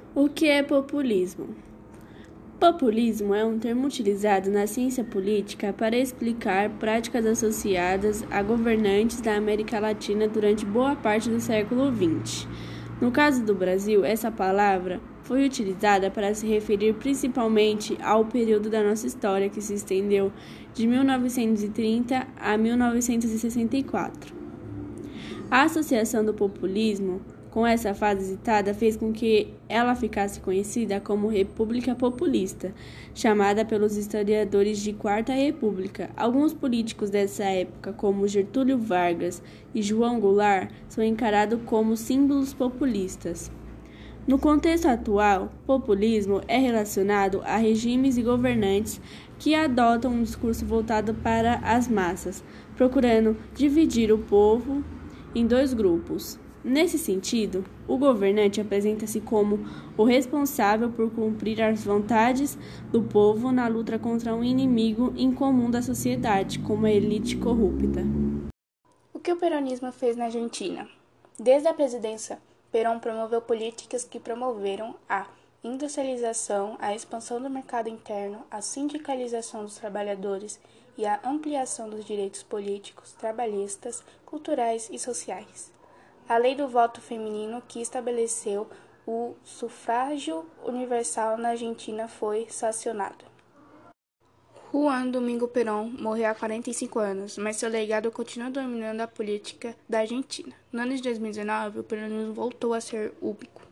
O que é populismo? Populismo é um termo utilizado na ciência política para explicar práticas associadas a governantes da América Latina durante boa parte do século XX. No caso do Brasil, essa palavra foi utilizada para se referir principalmente ao período da nossa história que se estendeu de 1930 a 1964. A associação do populismo com essa fase citada fez com que ela ficasse conhecida como República Populista, chamada pelos historiadores de Quarta República. Alguns políticos dessa época, como Getúlio Vargas e João Goulart, são encarados como símbolos populistas. No contexto atual, populismo é relacionado a regimes e governantes que adotam um discurso voltado para as massas, procurando dividir o povo em dois grupos. Nesse sentido, o governante apresenta-se como o responsável por cumprir as vontades do povo na luta contra um inimigo incomum da sociedade, como a elite corrupta. O que o peronismo fez na Argentina? Desde a presidência, Perón promoveu políticas que promoveram a industrialização, a expansão do mercado interno, a sindicalização dos trabalhadores e a ampliação dos direitos políticos, trabalhistas, culturais e sociais. A lei do voto feminino, que estabeleceu o sufrágio universal na Argentina, foi sancionada. Juan Domingo Perón morreu há 45 anos, mas seu legado continua dominando a política da Argentina. No ano de 2019, o peronismo voltou a ser único.